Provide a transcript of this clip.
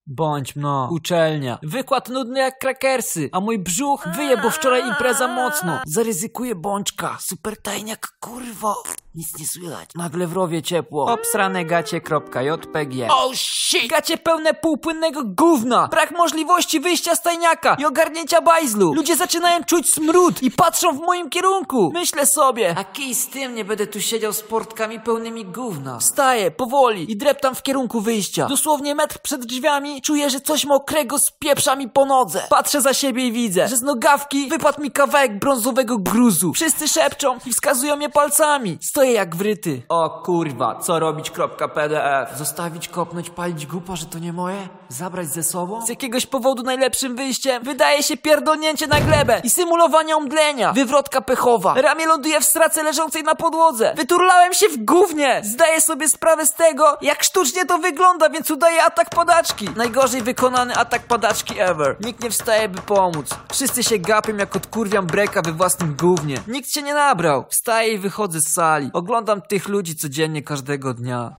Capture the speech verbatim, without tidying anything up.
Bądź mno. Uczelnia. Wykład nudny jak krakersy, a mój brzuch wyje, bo wczoraj impreza mocno. Zaryzykuję bączka. Super tajniak, kurwo. Nic nie słychać. Nagle w rowie ciepło. Obsrane gacie.jpg. Oh shit! Gacie pełne półpłynnego gówna. Brak możliwości wyjścia z tajniaka i ogarnięcia bajzlu. Ludzie zaczynają czuć smród i patrzą w moim kierunku. Myślę sobie, a kij z tym, nie będę tu siedział z portkami pełnymi gówna. Wstaję powoli i dreptam w kierunku wyjścia. Dosłownie metr przed drzwiami czuję, że coś mokrego spieprza mi po nodze. Patrzę za siebie i widzę, że z nogawki wypadł mi kawałek brązowego gruzu. Wszyscy szepczą i wskazują mnie palcami. Stoję jak wryty. O kurwa, co robić.pdf? Zostawić, kopnąć, palić gupa, że to nie moje? Zabrać ze sobą? Z jakiegoś powodu najlepszym wyjściem wydaje się pierdolnięcie na glebę i symulowanie omdlenia. Wywrotka pechowa. Ramię ląduje w strace leżącej na podłodze. Wyturlałem się w gównie. Zdaję sobie sprawę z tego, jak sztucznie to wygląda, więc udaję atak padaczki. Najgorzej wykonany atak padaczki ever. Nikt nie wstaje, by pomóc. Wszyscy się gapią, jak odkurwiam breka we własnym gównie. Nikt się nie nabrał. Wstaję i wychodzę z sali. Oglądam tych ludzi codziennie każdego dnia.